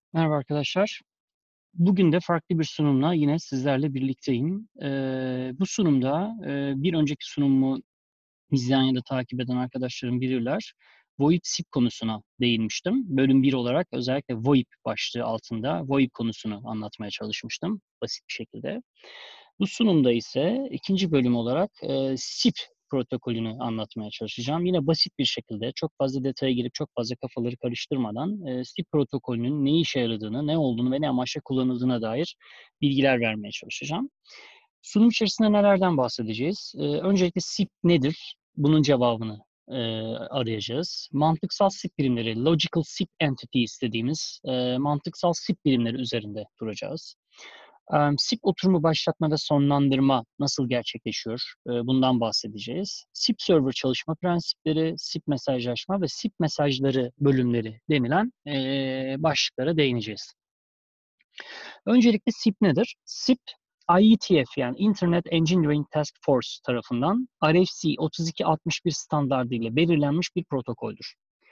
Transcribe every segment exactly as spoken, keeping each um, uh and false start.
Merhaba arkadaşlar. Bugün de farklı bir sunumla yine sizlerle birlikteyim. Eee, bu sunumda, eee, bir önceki sunumumu izleyen ya da takip eden arkadaşlarım bilirler. VoIP-S I P konusuna değinmiştim. Bölüm bir olarak özellikle VoIP başlığı altında VoIP konusunu anlatmaya çalışmıştım basit bir şekilde. Bu sunumda ise ikinci bölüm olarak, eee, S I P protokolünü anlatmaya çalışacağım. Yine basit bir şekilde, çok fazla detaya girip çok fazla kafaları karıştırmadan, eee, S I P protokolünün ne işe yaradığını, ne olduğunu ve ne amaçla kullanıldığına dair bilgiler vermeye çalışacağım. Sunum içerisinde nelerden bahsedeceğiz? Eee, öncelikle S I P nedir? Bunun cevabını, eee, arayacağız. Mantıksal S I P birimleri, logical S I P entities dediğimiz, eee, mantıksal S I P birimleri üzerinde duracağız. Emm, S I P oturumu başlatma ve sonlandırma nasıl gerçekleşiyor? Eee, bundan bahsedeceğiz. S I P server çalışma prensipleri, S I P mesajlaşma ve S I P mesajları bölümleri denilen, eee, başlıklara değineceğiz. Öncelikle S I P nedir? S I P, I E T F yani Internet Engineering Task Force tarafından R F C otuz iki altmış bir standardı ile belirlenmiş bir protokoldür.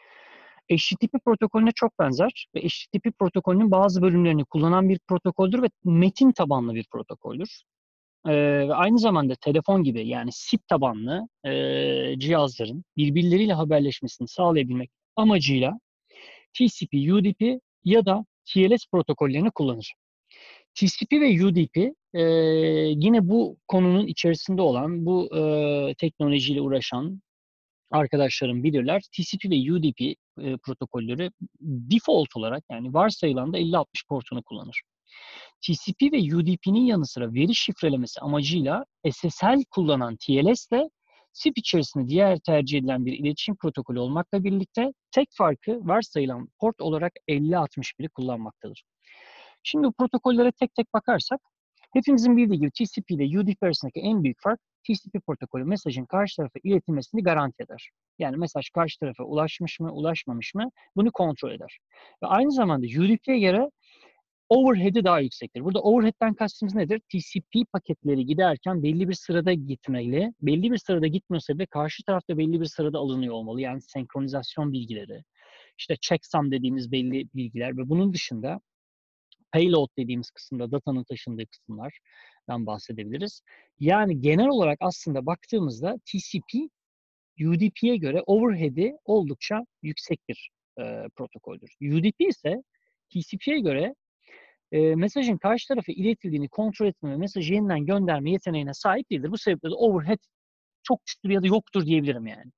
H T T P protokolüne çok benzer ve H T T P protokolünün bazı bölümlerini kullanan bir protokoldür ve metin tabanlı bir protokoldür. Eee, ve aynı zamanda telefon gibi yani S I P tabanlı eee, cihazların birbirleriyle haberleşmesini sağlayabilmek amacıyla T C P, U D P ya da T L S protokollerini kullanır. T C P ve U D P eee, yine bu konunun içerisinde olan, bu eee, teknolojiyle uğraşan arkadaşlarım bilirler. T C P ve U D P eee, protokolleri default olarak yani varsayılan da elli altmış portunu kullanır. T C P ve U D P'nin yanı sıra veri şifrelemesi amacıyla S S L kullanan T L S de S I P içerisinde diğer tercih edilen bir iletişim protokolü olmakla birlikte tek farkı varsayılan port olarak elli altmış biri kullanmaktadır. Şimdi bu protokollere tek tek bakarsak, hepimizin bildiği gibi T C P ile U D P arasındaki en büyük fark T C P protokolü mesajın karşı tarafa iletilmesini garanti eder. Yani mesaj karşı tarafa ulaşmış mı, ulaşmamış mı bunu kontrol eder. Ve aynı zamanda U D P'ye göre overhead'i daha yüksektir. Burada overhead'den kastımız nedir? T C P paketleri giderken belli bir sırada gitmeli. Belli bir sırada gitmiyorsa bile karşı tarafta belli bir sırada alınıyor olmalı. Yani senkronizasyon bilgileri, işte checksum dediğimiz belli bilgiler ve bunun dışında payload dediğimiz kısımda datanın taşındığı kısımlardan bahsedebiliriz. Yani genel olarak aslında baktığımızda T C P, U D P'ye göre overhead'i oldukça yüksek bir e, protokoldür. U D P ise T C P'ye göre e, mesajın karşı tarafa iletildiğini kontrol etme ve mesajı yeniden gönderme yeteneğine sahip değildir. Bu sebeple de overhead çok düşüktür ya da yoktur diyebilirim yani.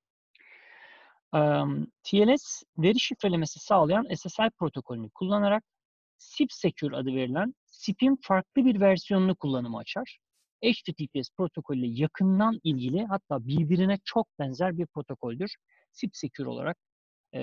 Um, T L S veri şifrelemesi sağlayan S S L protokolünü kullanarak S I P Secure adı verilen S I P'in farklı bir versiyonunu kullanıma açar. H T T P S protokolüyle yakından ilgili hatta birbirine çok benzer bir protokoldür. S I P Secure olarak e,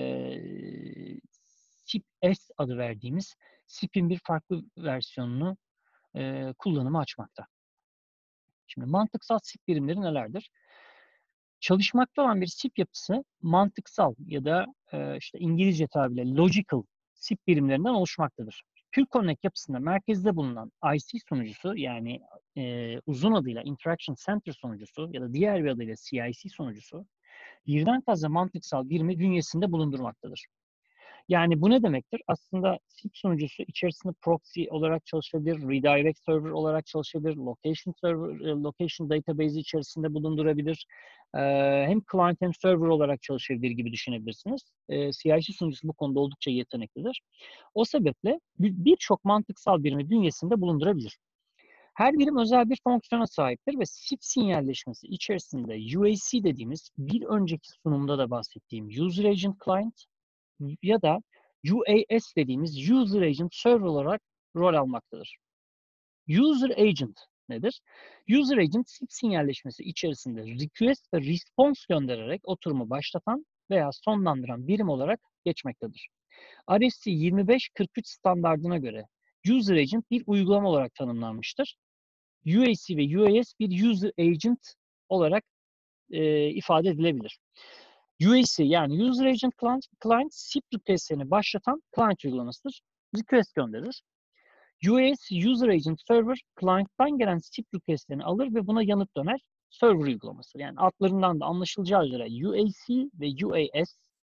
S I P S adı verdiğimiz S I P'in bir farklı versiyonunu e, kullanıma açmakta. Şimdi mantıksal S I P birimleri nelerdir? Çalışmakta olan bir S I P yapısı mantıksal ya da e, işte İngilizce tabirle logical S I P birimlerinden oluşmaktadır. Pure Connect yapısında merkezde bulunan I C sunucusu yani e, uzun adıyla Interaction Center sunucusu ya da diğer bir adıyla C I C sunucusu birden fazla mantıksal birimi bünyesinde bulundurmaktadır. Yani bu ne demektir? Aslında S I P sunucusu içerisinde proxy olarak çalışabilir, redirect server olarak çalışabilir, location server, location database içerisinde bulundurabilir. Hem client hem server olarak çalışabilir gibi düşünebilirsiniz. C I C sunucusu bu konuda oldukça yeteneklidir. O sebeple birçok mantıksal birimi bünyesinde bulundurabilir. Her birim özel bir fonksiyona sahiptir ve S I P sinyalleşmesi içerisinde U A C dediğimiz bir önceki sunumda da bahsettiğim User Agent Client ya da U A S dediğimiz User Agent Server olarak rol almaktadır. User Agent nedir? User Agent S I P sinyalleşmesi içerisinde request ve response göndererek oturumu başlatan veya sonlandıran birim olarak geçmektedir. R F C yirmi beş kırk üç standardına göre User Agent bir uygulama olarak tanımlanmıştır. U A C ve U A S bir User Agent olarak e, ifade edilebilir. U A C yani User Agent Client, client S I P request'lerini başlatan client uygulamasıdır. Request gönderir. U A S User Agent Server client'tan gelen S I P request'lerini alır ve buna yanıt döner. Server uygulaması. Yani adlarından da anlaşılacağı üzere U A C ve U A S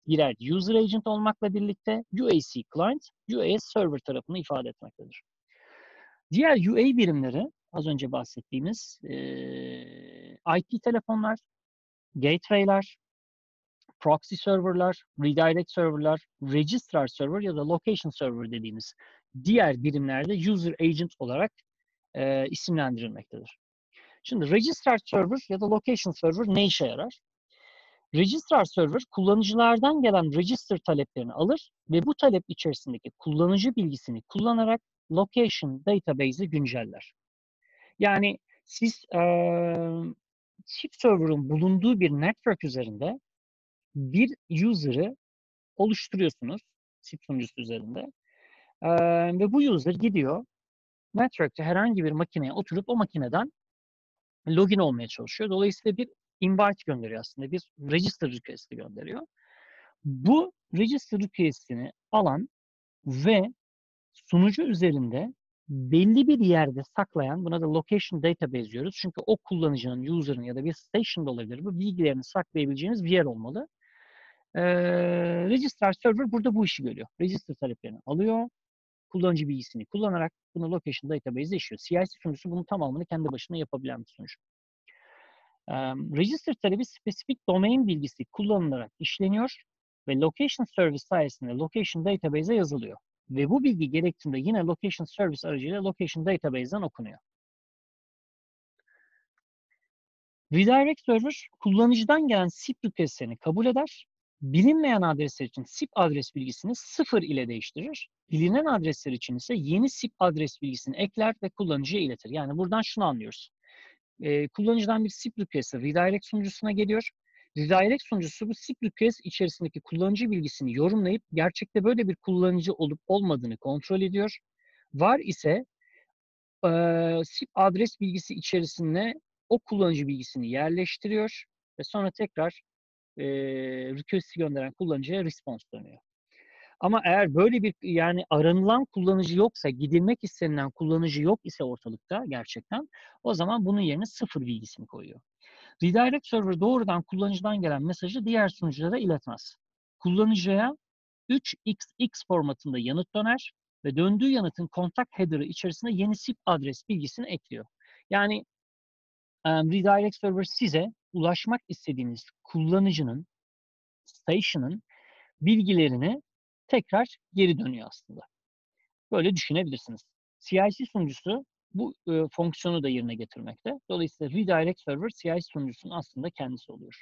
birer user agent olmakla birlikte U A C client, U A S server tarafını ifade etmektedir. Diğer U A birimleri az önce bahsettiğimiz e, I P telefonlar, gateway'ler, proxy serverlar, redirect serverlar, registrar server ya da location server dediğimiz diğer birimlerde user agent olarak e, isimlendirilmektedir. Şimdi registrar server ya da location server ne işe yarar? Registrar server kullanıcılardan gelen register taleplerini alır ve bu talep içerisindeki kullanıcı bilgisini kullanarak location database'i günceller. Yani siz e, chip server'ın bulunduğu bir network üzerinde bir user'ı oluşturuyorsunuz chip sunucusu üzerinde. E, ve bu user gidiyor network'te herhangi bir makineye oturup o makineden login olmaya çalışıyor. Dolayısıyla bir invite gönderiyor aslında. Bir register request'i gönderiyor. Bu register request'ini alan ve sunucu üzerinde belli bir yerde saklayan, buna da location database diyoruz. Çünkü o kullanıcının, user'ın ya da bir station'da olabilir. Bu bilgilerini saklayabileceğiniz bir yer olmalı. Ee, Registrar server burada bu işi görüyor. Register taleplerini alıyor. Kullanıcı bilgisini kullanarak bunu location database'de işliyor. C I C sunucusu bunun tamamını kendi başına yapabilen bir sunucu. Um, register talebi spesifik domain bilgisi kullanılarak işleniyor ve location service sayesinde location database'e yazılıyor. Ve bu bilgi gerektiğinde yine location service aracıyla location database'den okunuyor. Redirect server kullanıcıdan gelen S I P request'lerini kabul eder. Bilinmeyen adresler için S I P adres bilgisini sıfır ile değiştirir. Bilinen adresler için ise yeni S I P adres bilgisini ekler ve kullanıcıya iletir. Yani buradan şunu anlıyoruz. Ee, kullanıcıdan bir S I P request'i redirect sunucusuna geliyor. Redirect sunucusu bu S I P request içerisindeki kullanıcı bilgisini yorumlayıp gerçekte böyle bir kullanıcı olup olmadığını kontrol ediyor. Var ise e, S I P adres bilgisi içerisine o kullanıcı bilgisini yerleştiriyor ve sonra tekrar e, request'i gönderen kullanıcıya response dönüyor. Ama eğer böyle bir yani aranılan kullanıcı yoksa, gidilmek istenilen kullanıcı yok ise ortalıkta gerçekten o zaman bunun yerine sıfır bilgisini koyuyor. Redirect server doğrudan kullanıcıdan gelen mesajı diğer sunuculara iletmez. Kullanıcıya üç x x formatında yanıt döner ve döndüğü yanıtın kontak header'ı içerisinde yeni S I P adres bilgisini ekliyor. Yani um, Redirect Server size ulaşmak istediğiniz kullanıcının, station'ın bilgilerini tekrar geri dönüyor aslında. Böyle düşünebilirsiniz. C I C sunucusu bu e, fonksiyonu da yerine getirmekte. Dolayısıyla Redirect Server C I C sunucusunun aslında kendisi oluyor.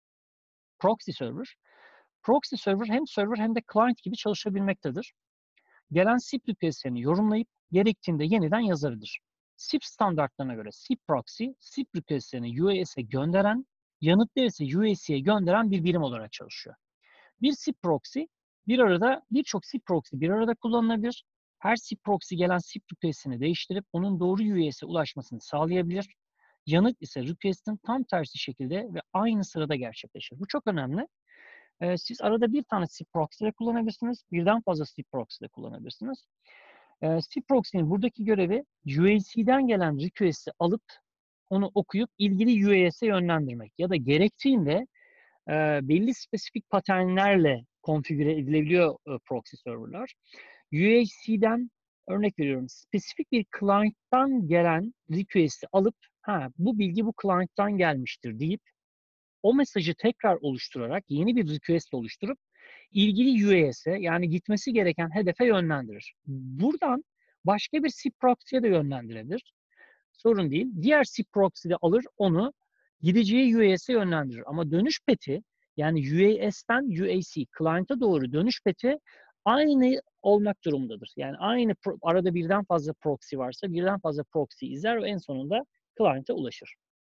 Proxy Server. Proxy Server hem server hem de client gibi çalışabilmektedir. Gelen S I P request'lerini yorumlayıp gerektiğinde yeniden yazarıdır. S I P standartlarına göre S I P proxy, S I P request'lerini U A S'e gönderen, yanıtları ise U A C'ye gönderen bir birim olarak çalışıyor. Bir S I P proxy, bir arada birçok S I P proxy bir arada kullanılabilir. Her S I P proxy gelen S I P request'ini değiştirip onun doğru U A S'e ulaşmasını sağlayabilir. Yanıt ise request'in tam tersi şekilde ve aynı sırada gerçekleşir. Bu çok önemli. Ee, siz arada bir tane S I P proxy de kullanabilirsiniz. Birden fazla S I P proxy de kullanabilirsiniz. Ee, S I P proxy'nin buradaki görevi U A C'den gelen request'i alıp onu okuyup ilgili U A S'e yönlendirmek. Ya da gerektiğinde e, belli spesifik paternlerle konfigüre edilebiliyor e, proxy serverlar. U A C'den örnek veriyorum spesifik bir client'tan gelen request'i alıp ha bu bilgi bu client'tan gelmiştir deyip o mesajı tekrar oluşturarak yeni bir request oluşturup ilgili U A S'e yani gitmesi gereken hedefe yönlendirir. Buradan başka bir S I P proxy'ye de yönlendirebilir. Sorun değil. Diğer S I P proxy'de alır onu gideceği U A S'e yönlendirir. Ama dönüş peti yani U A S'ten U A C client'a doğru dönüş peti aynı olmak durumundadır. Yani aynı arada birden fazla proxy varsa birden fazla proxy izler ve en sonunda client'a ulaşır.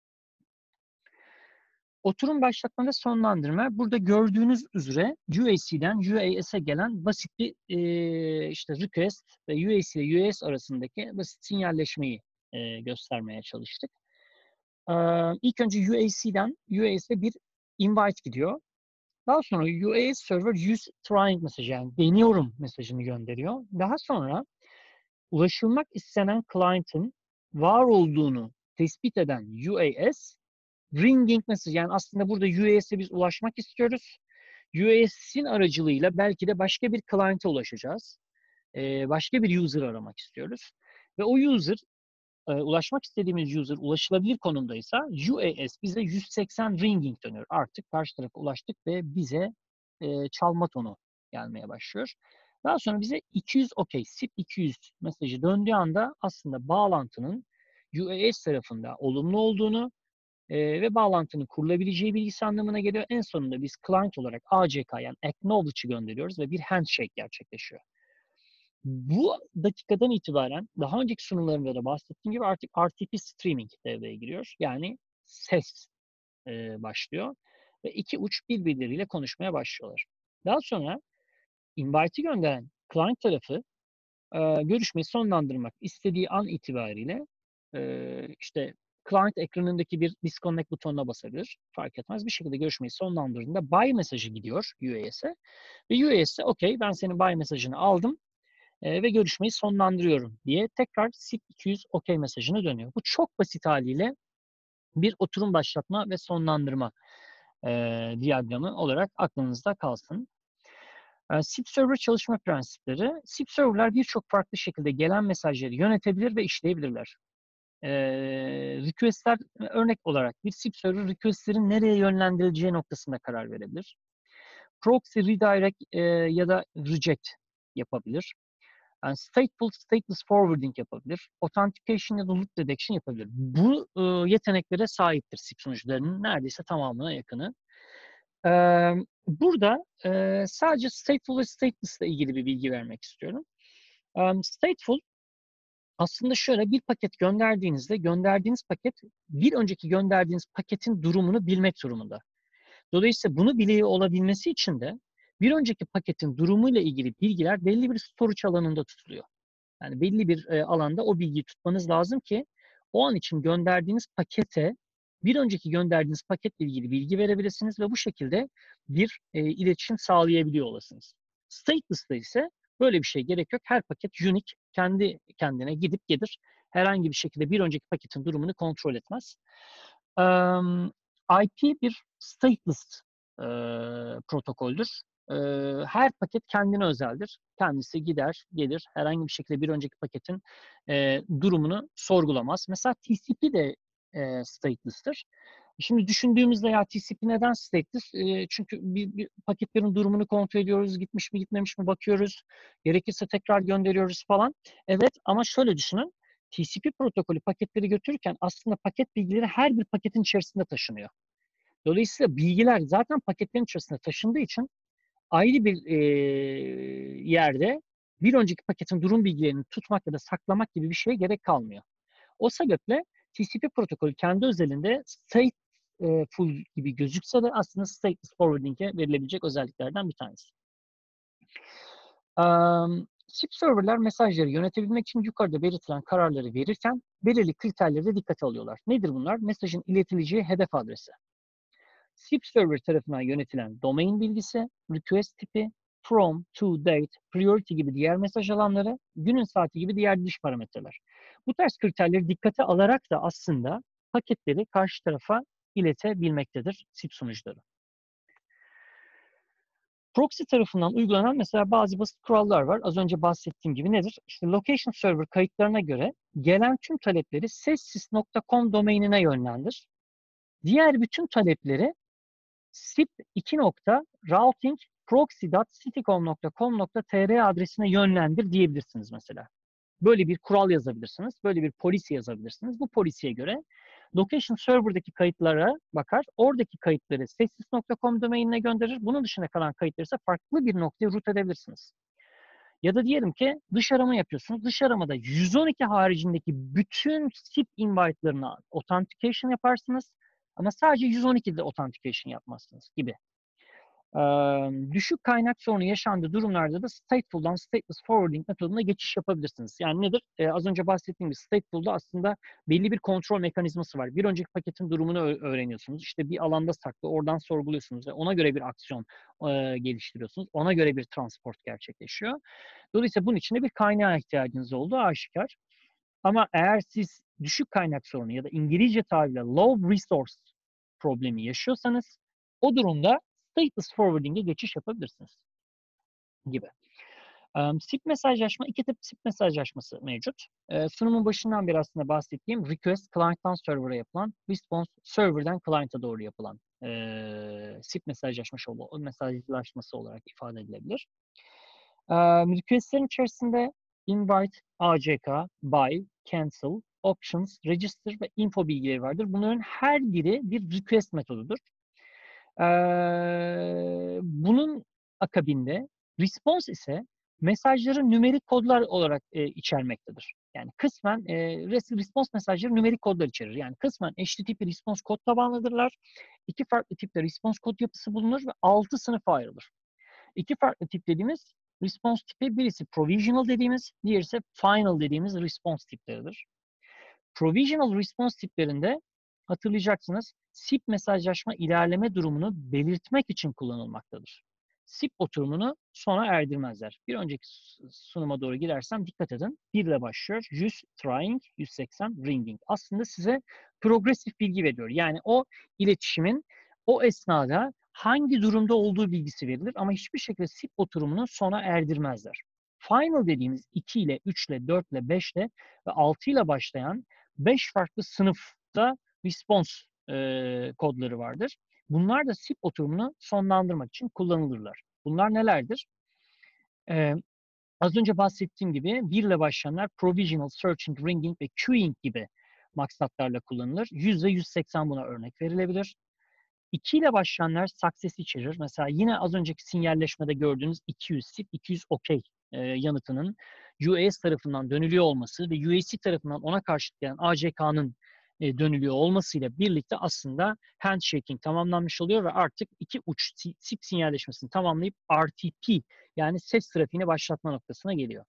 Oturum başlatma ve sonlandırma. Burada gördüğünüz üzere U A C'den U A S'e gelen basit bir e, işte request ve U A C ile U A S arasındaki basit sinyalleşmeyi e, göstermeye çalıştık. E, ilk önce U A C'den U A S'e bir invite gidiyor. Daha sonra U A S server use trying mesajı yani deniyorum mesajını gönderiyor. Daha sonra ulaşılmak istenen client'ın var olduğunu tespit eden U A S ringing mesajı yani aslında burada U A S'e biz ulaşmak istiyoruz. U A S'in aracılığıyla belki de başka bir client'a ulaşacağız. Ee, başka bir user aramak istiyoruz. Ve o user, e, ulaşmak istediğimiz user ulaşılabilir konumdaysa U A S bize yüz seksen ringing dönüyor. Artık karşı tarafa ulaştık ve bize e, çalma tonu gelmeye başlıyor. Daha sonra bize iki yüz OK, S I P iki yüz mesajı döndüğü anda aslında bağlantının U A S tarafında olumlu olduğunu e, ve bağlantının kurulabileceği bilgisi anlamına geliyor. En sonunda biz client olarak A C K yani acknowledge'ı gönderiyoruz ve bir handshake gerçekleşiyor. Bu dakikadan itibaren daha önceki sunumlarımda da bahsettiğim gibi artık R T P streaming devreye giriyor. Yani ses e, başlıyor ve iki uç birbirleriyle konuşmaya başlıyorlar. Daha sonra invite'i gönderen client tarafı e, görüşmeyi sonlandırmak istediği an itibariyle e, işte client ekranındaki bir disconnect butonuna basabilir. Fark etmez. Bir şekilde görüşmeyi sonlandırdığında bye mesajı gidiyor U A S'e ve U A S'e okey ben senin bye mesajını aldım e, ve görüşmeyi sonlandırıyorum diye tekrar S I P iki yüz OK mesajını dönüyor. Bu çok basit haliyle bir oturum başlatma ve sonlandırma e, diyagramı olarak aklınızda kalsın. E, S I P Server çalışma prensipleri. S I P Server'lar birçok farklı şekilde gelen mesajları yönetebilir ve işleyebilirler. E, request'ler örnek olarak bir S I P Server request'lerin nereye yönlendirileceği noktasında karar verebilir. Proxy redirect e, ya da reject yapabilir. Yani stateful, stateless forwarding yapabilir. Authentication ya da loop detection yapabilir. Bu e, yeteneklere sahiptir S I P sunucularının neredeyse tamamına yakını. E, burada e, sadece stateful ve stateless ile ilgili bir bilgi vermek istiyorum. E, stateful aslında şöyle bir paket gönderdiğinizde gönderdiğiniz paket bir önceki gönderdiğiniz paketin durumunu bilmek durumunda. Dolayısıyla bunu biliyor olabilmesi için de bir önceki paketin durumuyla ilgili bilgiler belli bir storage alanında tutuluyor. Yani belli bir e, alanda o bilgiyi tutmanız lazım ki o an için gönderdiğiniz pakete bir önceki gönderdiğiniz paketle ilgili bilgi verebilirsiniz ve bu şekilde bir e, iletişim sağlayabiliyor olasınız. Stateless'ta ise böyle bir şey gerek yok. Her paket unique, kendi kendine gidip gelir. Herhangi bir şekilde bir önceki paketin durumunu kontrol etmez. Um, I P bir stateless e, protokoldür. E, her paket kendine özeldir. Kendisi gider, gelir. Herhangi bir şekilde bir önceki paketin e, durumunu sorgulamaz. Mesela T C P de e, stateless'tır. Şimdi düşündüğümüzde ya T C P neden stateless? E, çünkü bir, bir paketlerin durumunu kontrol ediyoruz. Gitmiş mi gitmemiş mi bakıyoruz. Gerekirse tekrar gönderiyoruz falan. Evet ama şöyle düşünün. T C P protokolü paketleri götürürken aslında paket bilgileri her bir paketin içerisinde taşınıyor. Dolayısıyla bilgiler zaten paketlerin içerisinde taşındığı için ayrı bir e, yerde bir önceki paketin durum bilgilerini tutmak ya da saklamak gibi bir şeye gerek kalmıyor. O sebeple T C P protokolü kendi özelinde stateful gibi gözükse de aslında stateless forwarding'e verilebilecek özelliklerden bir tanesi. Um, S I P serverler mesajları yönetebilmek için yukarıda belirtilen kararları verirken belirli kriterleri de dikkate alıyorlar. Nedir bunlar? Mesajın iletileceği hedef adresi. S I P server tarafından yönetilen domain bilgisi, request tipi, from, to, date, priority gibi diğer mesaj alanları, günün saati gibi diğer dış parametreler. Bu tarz kriterleri dikkate alarak da aslında paketleri karşı tarafa iletebilmektedir S I P sunucuları. Proxy tarafından uygulanan mesela bazı basit kurallar var. Az önce bahsettiğim gibi nedir? İşte location server kayıtlarına göre gelen tüm talepleri sessis nokta com domainine yönlendir. Diğer bütün talepleri S I P iki routing proxy dot citycom nokta com nokta tr adresine yönlendir diyebilirsiniz mesela. Böyle bir kural yazabilirsiniz. Böyle bir policy yazabilirsiniz. Bu polisiye göre location server'daki kayıtlara bakar. Oradaki kayıtları sessis nokta com domainine gönderir. Bunun dışında kalan kayıtları ise farklı bir noktaya route edebilirsiniz. Ya da diyelim ki dış arama yapıyorsunuz. Dış aramada yüz on iki haricindeki bütün S I P invite'larına authentication yaparsınız. Ama sadece yüz on ikide authentication yapmazsınız gibi. Ee, düşük kaynak sorunu yaşandığı durumlarda da stateful'dan stateless forwarding metoduna geçiş yapabilirsiniz. Yani nedir? Ee, az önce bahsettiğim gibi stateful'da aslında belli bir kontrol mekanizması var. Bir önceki paketin durumunu öğreniyorsunuz. İşte bir alanda saklı, oradan sorguluyorsunuz ve ona göre bir aksiyon e, geliştiriyorsunuz. Ona göre bir transport gerçekleşiyor. Dolayısıyla bunun için de bir kaynağa ihtiyacınız olduğu aşikar. Ama eğer siz düşük kaynak sorunu ya da İngilizce tabirle low resource problemi yaşıyorsanız o durumda stateless forwarding'e geçiş yapabilirsiniz gibi. Um, S I P mesajlaşma, iki tip S I P mesajlaşması mevcut. Ee, sunumun başından beri aslında bahsettiğim request client'tan server'a yapılan, response server'dan client'a doğru yapılan e, S I P mesajlaşması, mesajlaşması olarak ifade edilebilir. Um, request'lerin içerisinde invite, A C K, buy, cancel, options, register ve info bilgileri vardır. Bunların her biri bir request metodudur. Ee, bunun akabinde response ise mesajları nümerik kodlar olarak e, içermektedir. Yani kısmen e, response mesajları nümerik kodlar içerir. Yani kısmen H T T P response kod tabanlıdırlar. İki farklı tipte response kod yapısı bulunur ve altı sınıfa ayrılır. İki farklı tip dediğimiz response tipi, birisi provisional dediğimiz, diğeri ise final dediğimiz response tipleridir. Provisional response tiplerinde hatırlayacaksınız S I P mesajlaşma ilerleme durumunu belirtmek için kullanılmaktadır. S I P oturumunu sona erdirmezler. Bir önceki sunuma doğru gidersem dikkat edin. bir ile başlıyor. yüz trying, yüz seksen ringing. Aslında size progresif bilgi veriyor. Yani o iletişimin o esnada hangi durumda olduğu bilgisi verilir ama hiçbir şekilde S I P oturumunu sona erdirmezler. Final dediğimiz iki ile, üç ile, dört ile, beş ile ve altı ile başlayan beş farklı sınıfta response e, kodları vardır. Bunlar da S I P oturumunu sonlandırmak için kullanılırlar. Bunlar nelerdir? Ee, az önce bahsettiğim gibi bir ile başlayanlar provisional, searching, ringing ve queuing gibi maksatlarla kullanılır. yüz ve yüz seksen buna örnek verilebilir. iki ile başlayanlar success içerir. Mesela yine az önceki sinyalleşmede gördüğünüz iki yüz S I P, iki yüz OK e, yanıtının U S tarafından dönülüyor olması ve U S C tarafından ona karşılık gelen A C K'nın e, dönülüyor olmasıyla birlikte aslında handshaking tamamlanmış oluyor ve artık iki uç S I P sinyalleşmesini tamamlayıp R T P yani ses trafiğini başlatma noktasına geliyor.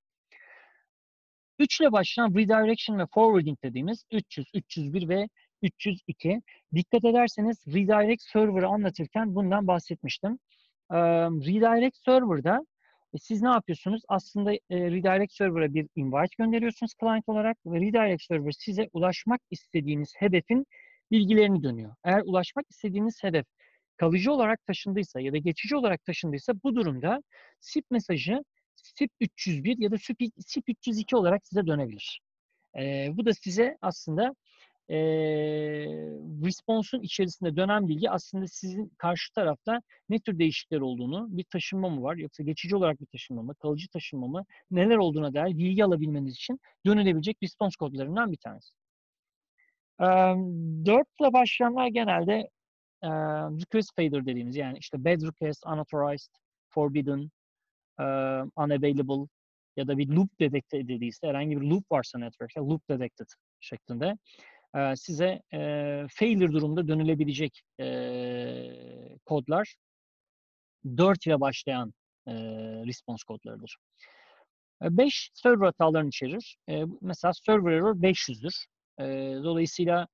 üç ile başlayan redirection ve forwarding dediğimiz üç yüz, üç yüz bir ve üç yüz iki. Dikkat ederseniz redirect server'ı anlatırken bundan bahsetmiştim. Ee, redirect server'da e, siz ne yapıyorsunuz? Aslında e, redirect server'a bir invite gönderiyorsunuz client olarak ve redirect server size ulaşmak istediğiniz hedefin bilgilerini dönüyor. Eğer ulaşmak istediğiniz hedef kalıcı olarak taşındıysa ya da geçici olarak taşındıysa bu durumda S I P mesajı S I P üç yüz bir ya da S I P üç yüz iki olarak size dönebilir. E, bu da size aslında e, response'un içerisinde dönen bilgi aslında sizin karşı tarafta ne tür değişiklikler olduğunu, bir taşınma mı var yoksa geçici olarak bir taşınma mı, kalıcı taşınma mı, neler olduğuna dair bilgi alabilmeniz için dönülebilecek response kodlarından bir tanesi. E, dört ile başlayanlar genelde e, request fader dediğimiz yani işte bad request, unauthorized, forbidden, uh, unavailable ya da bir loop detect edildiyse herhangi bir loop varsa network'te loop detected şeklinde uh, size uh, failure durumda dönülebilecek uh, kodlar dört ile başlayan uh, response kodlarıdır. beş server hatalarını içerir. Uh, mesela server error beş yüzdür. Uh, dolayısıyla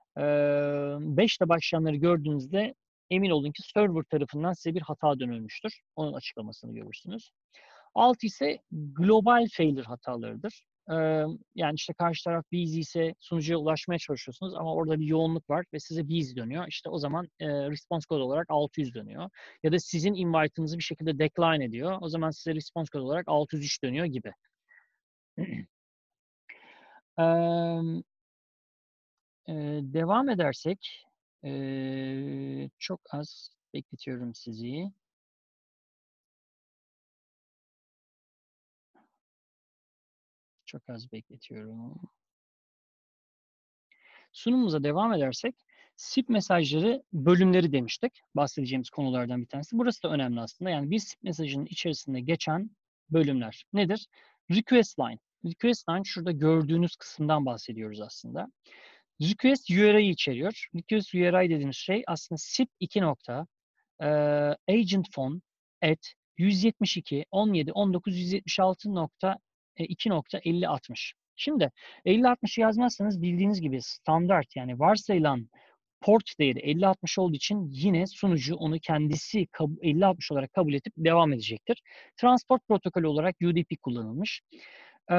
beş ile başlayanları gördüğünüzde emin olun ki server tarafından size bir hata dönülmüştür. Onun açıklamasını görürsünüz. altı ise global failure hatalarıdır. Yani işte karşı taraf busy ise sunucuya ulaşmaya çalışıyorsunuz ama orada bir yoğunluk var ve size busy dönüyor. İşte o zaman response kod olarak altı yüz dönüyor. Ya da sizin invite'ınızı bir şekilde decline ediyor. O zaman size response kod olarak altı yüz üç dönüyor gibi. Ee, devam edersek ee, çok az bekletiyorum sizi. Çok az bekletiyorum. Sunumumuza devam edersek S I P mesajları bölümleri demiştik. Bahsedeceğimiz konulardan bir tanesi. Burası da önemli aslında. Yani bir S I P mesajının içerisinde geçen bölümler nedir? Request line. Request line şurada gördüğünüz kısımdan bahsediyoruz aslında. Request U R I içeriyor. Request U R I dediğimiz şey aslında S I P iki nokta agent phone at yüz yetmiş iki on yedi on dokuz yüz yetmiş altı nokta iki nokta elli altmış. Şimdi elli altmışı yazmazsanız bildiğiniz gibi standart yani varsayılan port değeri elli altmış olduğu için yine sunucu onu kendisi elli altmış olarak kabul edip devam edecektir. Transport protokolü olarak U D P kullanılmış. Ee,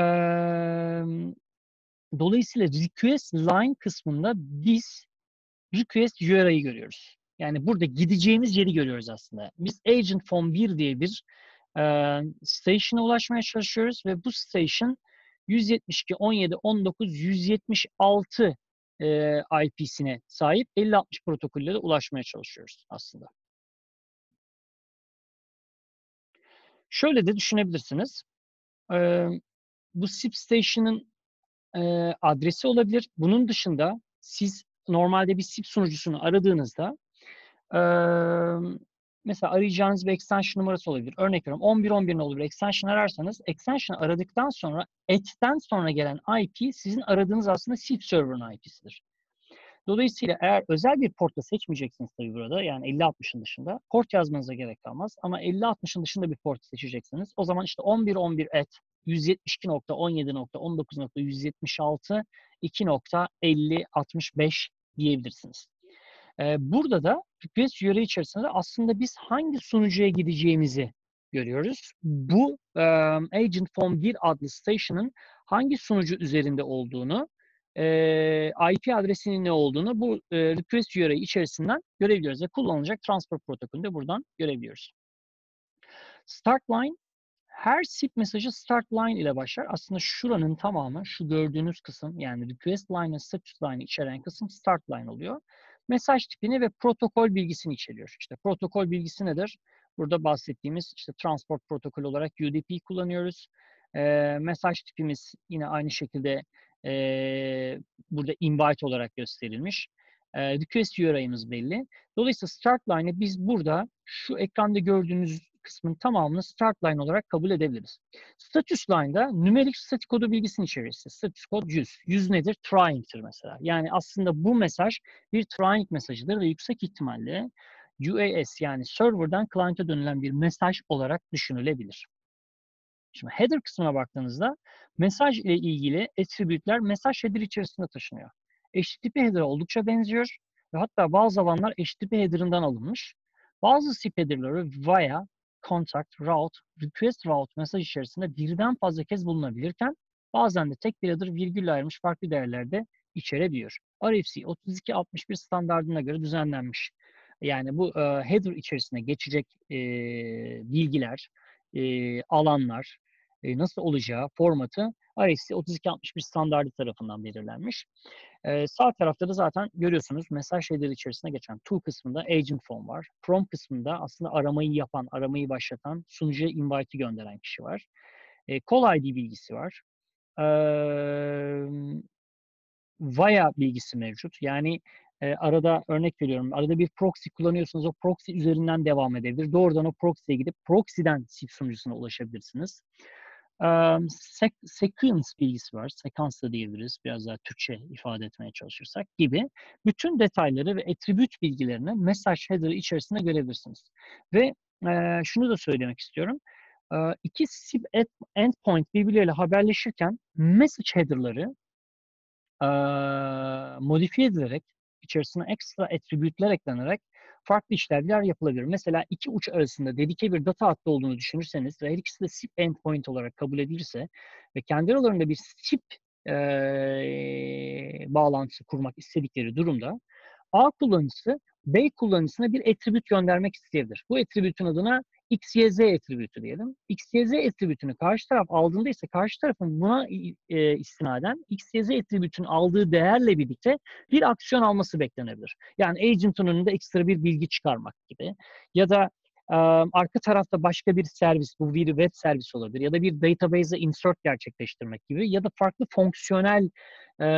dolayısıyla request line kısmında biz request U R I'yi görüyoruz. Yani burada gideceğimiz yeri görüyoruz aslında. Biz Agent Phone bir diye bir e, station'a ulaşmaya çalışıyoruz ve bu station yüz yetmiş iki nokta on yedi nokta on dokuz nokta yüz yetmiş altı e, I P'sine sahip elli altmış protokolle de ulaşmaya çalışıyoruz aslında. Şöyle de düşünebilirsiniz. E, bu S I P station'ın e, adresi olabilir. Bunun dışında siz normalde bir S I P sunucusunu aradığınızda e, mesela arayacağınız bir extension numarası olabilir. Örnek veriyorum on bir on bir ne olur extension ararsanız extension aradıktan sonra at'ten sonra gelen I P sizin aradığınız aslında S I P server'ın I P'sidir. Dolayısıyla eğer özel bir portta seçmeyeceksiniz tabii burada, yani elli altmışın dışında port yazmanıza gerek kalmaz. Ama elli altmışın dışında bir port seçeceksiniz. O zaman işte on bir on bir at yüz yetmiş iki nokta on yedi nokta on dokuz nokta yüz yetmiş altı iki nokta elli altmış beş diyebilirsiniz. Ee, burada da request U R L içerisinde aslında biz hangi sunucuya gideceğimizi görüyoruz. Bu um, Agent Phone bir adlı station'ın hangi sunucu üzerinde olduğunu, e, I P adresinin ne olduğunu bu e, request U R L içerisinden görebiliyoruz. Ve kullanılacak transfer protokolünü de buradan görebiliyoruz. Start line, her S I P mesajı start line ile başlar. Aslında şuranın tamamı, şu gördüğünüz kısım, yani request line ve status line içeren kısım start line oluyor. Mesaj tipini ve protokol bilgisini içeriyor. İşte protokol bilgisi nedir? Burada bahsettiğimiz işte transport protokolü olarak U D P kullanıyoruz. E, mesaj tipimiz yine aynı şekilde e, burada invite olarak gösterilmiş. E, request U R L'imiz belli. Dolayısıyla start line'ı biz burada şu ekranda gördüğünüz kısmın tamamını start line olarak kabul edebiliriz. Status line'da nümerik statik kodu bilgisini içeriyor. Status kod yüz. yüz nedir? Trying'tir mesela. Yani aslında bu mesaj bir trying mesajıdır ve yüksek ihtimalle U A S yani server'dan client'a dönülen bir mesaj olarak düşünülebilir. Şimdi header kısmına baktığınızda mesaj ile ilgili attribute'ler mesaj header içerisinde taşınıyor. H T T P header'a oldukça benziyor ve hatta bazı alanlar H T T P header'ından alınmış. Bazı S I P header'ları via, contact, route, request route mesaj içerisinde birden fazla kez bulunabilirken bazen de tek bir header virgülle ayrılmış farklı değerlerde içerebiliyor. R F C otuz iki altmış bir standardına göre düzenlenmiş. Yani bu e, header içerisine geçecek e, bilgiler, e, alanlar, e, nasıl olacağı formatı R F C otuz iki altmış bir standardı tarafından belirlenmiş. E, sağ tarafta da zaten görüyorsunuz mesaj header içerisine geçen to kısmında agent phone var. From kısmında aslında aramayı yapan, aramayı başlatan, sunucuya invite'i gönderen kişi var. E, call I D bilgisi var. E, via bilgisi mevcut. Yani e, arada örnek veriyorum, arada bir proxy kullanıyorsunuz, o proxy üzerinden devam edebilir. Doğrudan o proxy'ye gidip proxy'den S I P sunucusuna ulaşabilirsiniz. Um, sek sequence bilgisi var. Sekans da diyebiliriz. Biraz daha Türkçe ifade etmeye çalışırsak gibi. Bütün detayları ve attribute bilgilerini mesaj header içerisinde görebilirsiniz. Ve e, şunu da söylemek istiyorum. E, iki S I P endpoint birbirleriyle haberleşirken message header'ları e, modifiye edilerek, içerisine ekstra attribute'ler eklenerek farklı işlemler yapılabilir. Mesela iki uç arasında dedike bir data hattı olduğunu düşünürseniz ve her ikisi de S I P endpoint olarak kabul edilirse ve kendi aralarında bir S I P e, bağlantısı kurmak istedikleri durumda A kullanıcısı B kullanıcısına bir attribute göndermek isteyebilir. Bu attribute'un adına X Y Z attribute'u diyelim. X Y Z attribute'unu karşı taraf aldığında ise karşı tarafın buna e, istinaden X Y Z attribute'un aldığı değerle birlikte bir aksiyon alması beklenebilir. Yani agent'ın önünde ekstra bir bilgi çıkarmak gibi ya da e, arka tarafta başka bir servis, bu bir web servisi olabilir ya da bir database'e insert gerçekleştirmek gibi ya da farklı fonksiyonel e,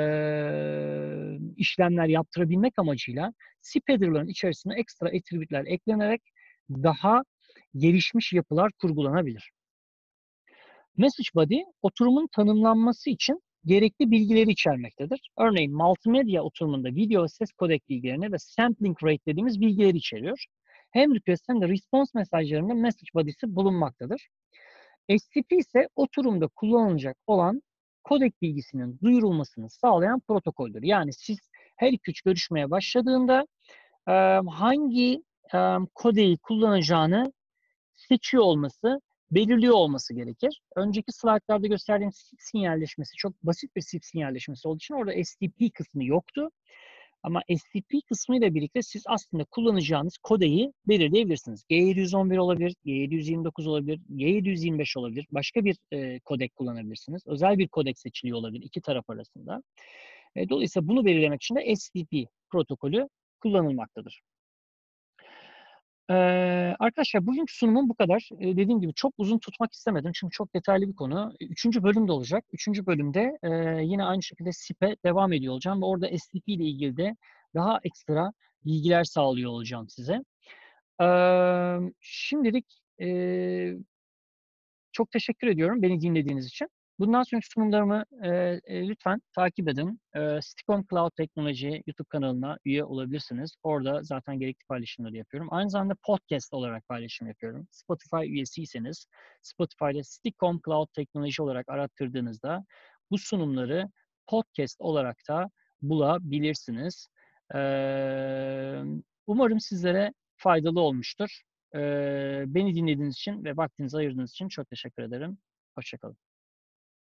işlemler yaptırabilmek amacıyla S I P header'ların içerisine ekstra attribute'ler eklenerek daha gelişmiş yapılar kurgulanabilir. Message body, oturumun tanımlanması için gerekli bilgileri içermektedir. Örneğin multimedya oturumunda video ve ses kodek bilgilerini ve sampling rate dediğimiz bilgileri içeriyor. Hem request hem de response mesajlarında message body'si bulunmaktadır. H T T P ise oturumda kullanılacak olan kodek bilgisinin duyurulmasını sağlayan protokoldür. Yani siz her iki üç görüşmeye başladığında hangi kodeyi kullanacağını seçiyor olması, belirliyor olması gerekir. Önceki slaytlarda gösterdiğim S I P sinyalleşmesi çok basit bir S I P sinyalleşmesi olduğu için orada S T P kısmı yoktu. Ama S T P kısmıyla birlikte siz aslında kullanacağınız kodeyi belirleyebilirsiniz. G yedi yüz on bir olabilir, G yedi yüz yirmi dokuz olabilir, G yedi yüz yirmi beş olabilir. Başka bir, eee, kodek kullanabilirsiniz. Özel bir kodek seçiliyor olabilir iki taraf arasında. Eee, dolayısıyla bunu belirlemek için de S T P protokolü kullanılmaktadır. Eee, arkadaşlar bugünkü sunumum bu kadar. Eee, dediğim gibi çok uzun tutmak istemedim çünkü çok detaylı bir konu. üçüncü bölüm de olacak. üçüncü bölümde, eee, yine aynı şekilde S I P'e devam ediyor olacağım ve orada S T P ile ilgili de daha ekstra bilgiler sağlıyor olacağım size. Emm, şimdilik, eee çok teşekkür ediyorum beni dinlediğiniz için. Bundan sonraki sunumlarımı, eee, eee, lütfen takip edin. Eee, Sticom Cloud Technology YouTube kanalına üye olabilirsiniz. Orada zaten gerekli paylaşımları yapıyorum. Aynı zamanda podcast olarak paylaşım yapıyorum. Spotify üyesiyseniz Spotify'da Sticom Cloud Technology olarak arattırdığınızda bu sunumları podcast olarak da bulabilirsiniz. Emm, umarım sizlere faydalı olmuştur. Eee, beni dinlediğiniz için ve vaktinizi ayırdığınız için çok teşekkür ederim. Hoşça kalın.